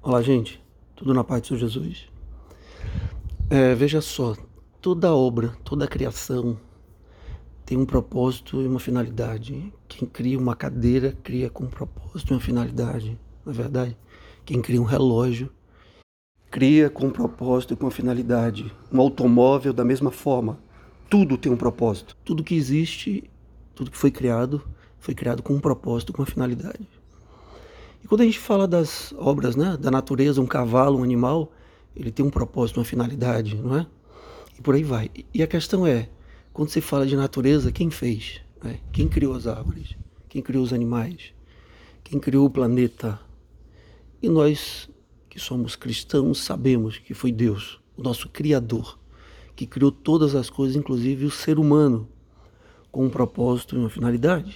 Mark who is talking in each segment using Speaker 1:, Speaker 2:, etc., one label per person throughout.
Speaker 1: Olá, gente. Tudo na paz do Senhor Jesus. Veja só, toda obra, toda criação tem um propósito e uma finalidade. Quem cria uma cadeira cria com um propósito e uma finalidade, não é verdade? Quem cria um relógio cria com um propósito e com uma finalidade. Um automóvel da mesma forma. Tudo tem um propósito. Tudo que existe, tudo que foi criado com um propósito, com uma finalidade. E quando a gente fala das obras, né, da natureza, um cavalo, um animal, ele tem um propósito, uma finalidade, não é? E por aí vai. E a questão é, quando se fala de natureza, quem fez? Né? Quem criou as árvores? Quem criou os animais? Quem criou o planeta? E nós, que somos cristãos, sabemos que foi Deus, o nosso Criador, que criou todas as coisas, inclusive o ser humano, com um propósito e uma finalidade.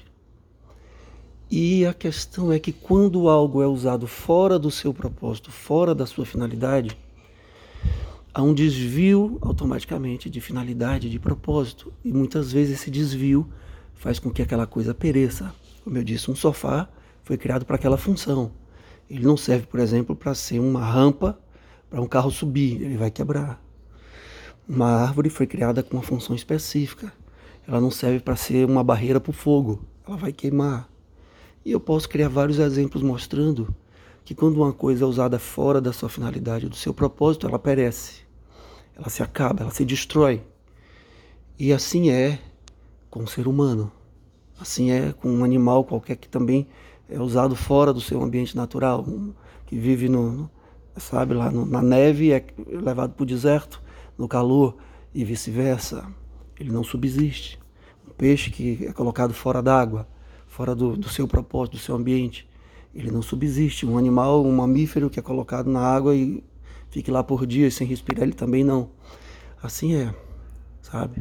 Speaker 1: E a questão é que quando algo é usado fora do seu propósito, fora da sua finalidade, há um desvio automaticamente de finalidade, de propósito. E muitas vezes esse desvio faz com que aquela coisa pereça. Como eu disse, um sofá foi criado para aquela função. Ele não serve, por exemplo, para ser uma rampa para um carro subir, ele vai quebrar. Uma árvore foi criada com uma função específica. Ela não serve para ser uma barreira para o fogo, ela vai queimar. E eu posso criar vários exemplos mostrando que quando uma coisa é usada fora da sua finalidade, do seu propósito, ela perece, ela se acaba, ela se destrói. E assim é com o ser humano, assim é com um animal qualquer que também é usado fora do seu ambiente natural, que vive sabe, lá na neve, é levado para o deserto, no calor e vice-versa. Ele não subsiste. Um peixe que é colocado fora d'água, fora do seu propósito, do seu ambiente, ele não subsiste. Um animal, um mamífero que é colocado na água e fique lá por dias sem respirar, ele também não. Assim é, sabe?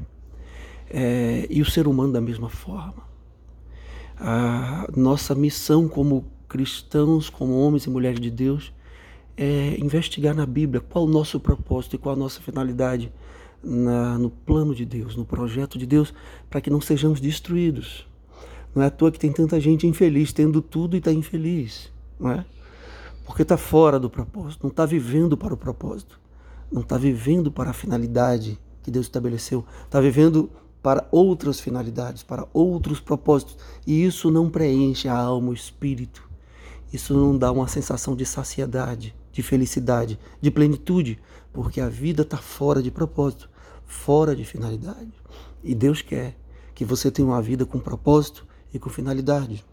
Speaker 1: E o ser humano da mesma forma. A nossa missão como cristãos, como homens e mulheres de Deus, é investigar na Bíblia qual o nosso propósito e qual a nossa finalidade no plano de Deus, no projeto de Deus, para que não sejamos destruídos. Não é à toa que tem tanta gente infeliz, tendo tudo e está infeliz, não é? Porque está fora do propósito, não está vivendo para o propósito, não está vivendo para a finalidade que Deus estabeleceu, está vivendo para outras finalidades, para outros propósitos, e isso não preenche a alma, o espírito, isso não dá uma sensação de saciedade, de felicidade, de plenitude, porque a vida está fora de propósito, fora de finalidade. E Deus quer que você tenha uma vida com propósito e com finalidade.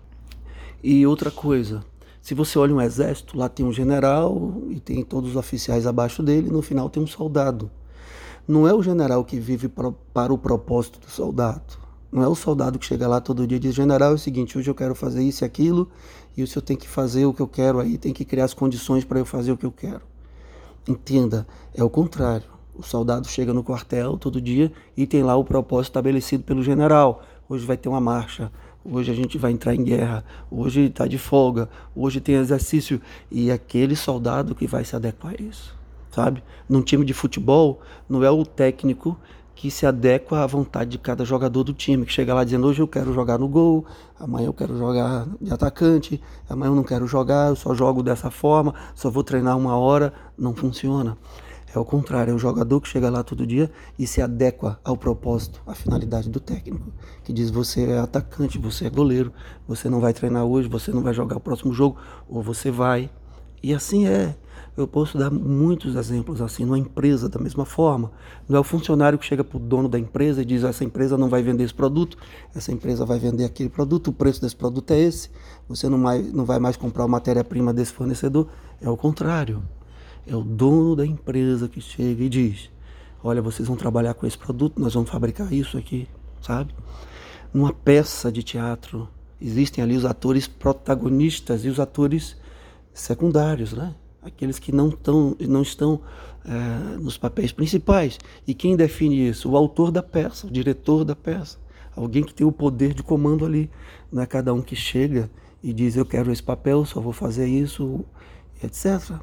Speaker 1: E outra coisa, se você olha um exército, lá tem um general e tem todos os oficiais abaixo dele, e no final tem um soldado. Não é o general que vive para o propósito do soldado. Não é o soldado que chega lá todo dia e diz: general, é o seguinte, hoje eu quero fazer isso e aquilo, e o senhor tem que fazer o que eu quero aí, tem que criar as condições para eu fazer o que eu quero. Entenda, é o contrário. O soldado chega no quartel todo dia e tem lá o propósito estabelecido pelo general. Hoje vai ter uma marcha, hoje a gente vai entrar em guerra, hoje está de folga, hoje tem exercício. E aquele soldado que vai se adequar a isso, sabe? Num time de futebol, não é o técnico que se adequa à vontade de cada jogador do time, que chega lá dizendo: hoje eu quero jogar no gol, amanhã eu quero jogar de atacante, amanhã eu não quero jogar, eu só jogo dessa forma, só vou treinar 1 hora. Não funciona. É o contrário, é o jogador que chega lá todo dia e se adequa ao propósito, à finalidade do técnico, que diz: você é atacante, você é goleiro, você não vai treinar hoje, você não vai jogar o próximo jogo, ou você vai. E assim é. Eu posso dar muitos exemplos assim, numa empresa da mesma forma. Não é o funcionário que chega para o dono da empresa e diz: essa empresa não vai vender esse produto, essa empresa vai vender aquele produto, o preço desse produto é esse, você não vai mais comprar a matéria-prima desse fornecedor. É o contrário. É o dono da empresa que chega e diz: olha, vocês vão trabalhar com esse produto, nós vamos fabricar isso aqui, sabe? Numa peça de teatro, existem ali os atores protagonistas e os atores secundários, né? Aqueles que não estão nos papéis principais. E quem define isso? O autor da peça, o diretor da peça. Alguém que tem o poder de comando ali. Não é cada um que chega e diz: eu quero esse papel, só vou fazer isso, etc.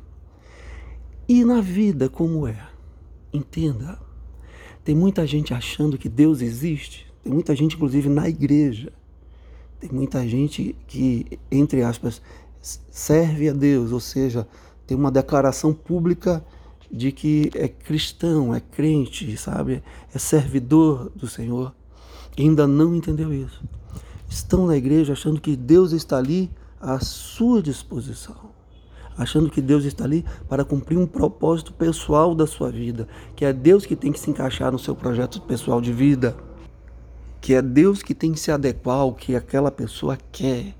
Speaker 1: E na vida, como é? Entenda. Tem muita gente achando que Deus existe. Tem muita gente, inclusive, na igreja. Tem muita gente que, entre aspas, serve a Deus, ou seja, tem uma declaração pública de que é cristão, é crente, sabe? É servidor do Senhor, e ainda não entendeu isso. Estão na igreja achando que Deus está ali à sua disposição, achando que Deus está ali para cumprir um propósito pessoal da sua vida, que é Deus que tem que se encaixar no seu projeto pessoal de vida, que é Deus que tem que se adequar ao que aquela pessoa quer.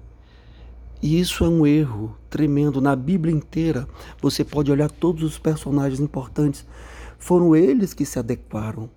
Speaker 1: E isso é um erro tremendo. Na Bíblia inteira, você pode olhar todos os personagens importantes. Foram eles que se adequaram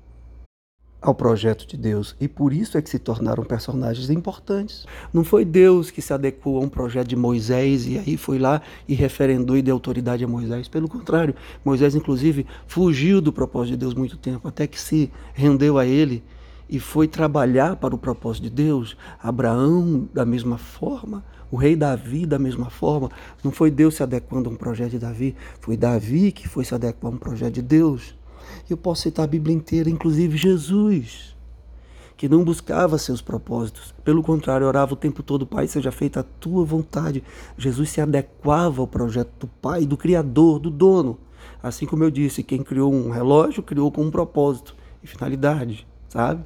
Speaker 1: ao projeto de Deus. E por isso é que se tornaram personagens importantes. Não foi Deus que se adequou a um projeto de Moisés e aí foi lá e referendou e deu autoridade a Moisés. Pelo contrário, Moisés, inclusive, fugiu do propósito de Deus muito tempo, até que se rendeu a ele e foi trabalhar para o propósito de Deus. Abraão, da mesma forma, o rei Davi, da mesma forma. Não foi Deus se adequando a um projeto de Davi, foi Davi que foi se adequar a um projeto de Deus. Eu posso citar a Bíblia inteira, inclusive Jesus, que não buscava seus propósitos. Pelo contrário, orava o tempo todo: Pai, seja feita a tua vontade. Jesus se adequava ao projeto do Pai, do Criador, do dono. Assim como eu disse, quem criou um relógio, criou com um propósito e finalidade, sabe?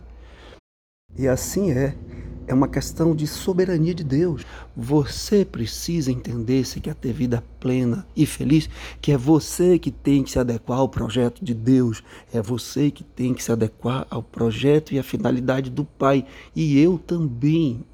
Speaker 1: E assim é uma questão de soberania de Deus. Você precisa entender, se quer ter vida plena e feliz, que é você que tem que se adequar ao projeto de Deus, é você que tem que se adequar ao projeto e à finalidade do Pai, e eu também.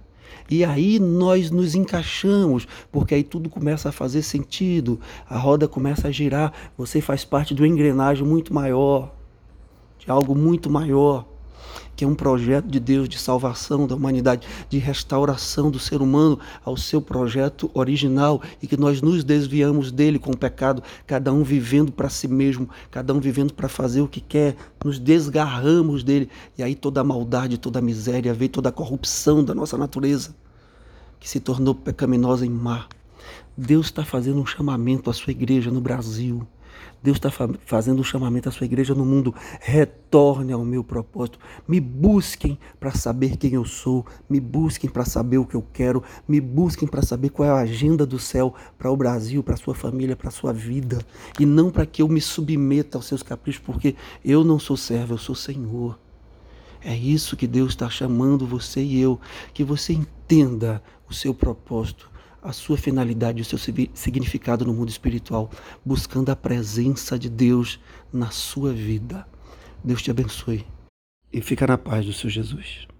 Speaker 1: E aí nós nos encaixamos, porque aí tudo começa a fazer sentido, a roda começa a girar, você faz parte de uma engrenagem muito maior, de algo muito maior, que é um projeto de Deus de salvação da humanidade, de restauração do ser humano ao seu projeto original, e que nós nos desviamos dele com o pecado, cada um vivendo para si mesmo, cada um vivendo para fazer o que quer, nos desgarramos dele, e aí toda a maldade, toda a miséria, veio toda a corrupção da nossa natureza, que se tornou pecaminosa em má. Deus está fazendo um chamamento à sua igreja no Brasil. Deus está fazendo um chamamento à sua igreja no mundo. Retorne ao meu propósito. Me busquem para saber quem eu sou. Me busquem para saber o que eu quero. Me busquem para saber qual é a agenda do céu para o Brasil, para a sua família, para a sua vida. E não para que eu me submeta aos seus caprichos, porque eu não sou servo, eu sou Senhor. É isso que Deus está chamando você e eu. Que você entenda o seu propósito, a sua finalidade, o seu significado no mundo espiritual, buscando a presença de Deus na sua vida. Deus te abençoe e fica na paz do seu Jesus.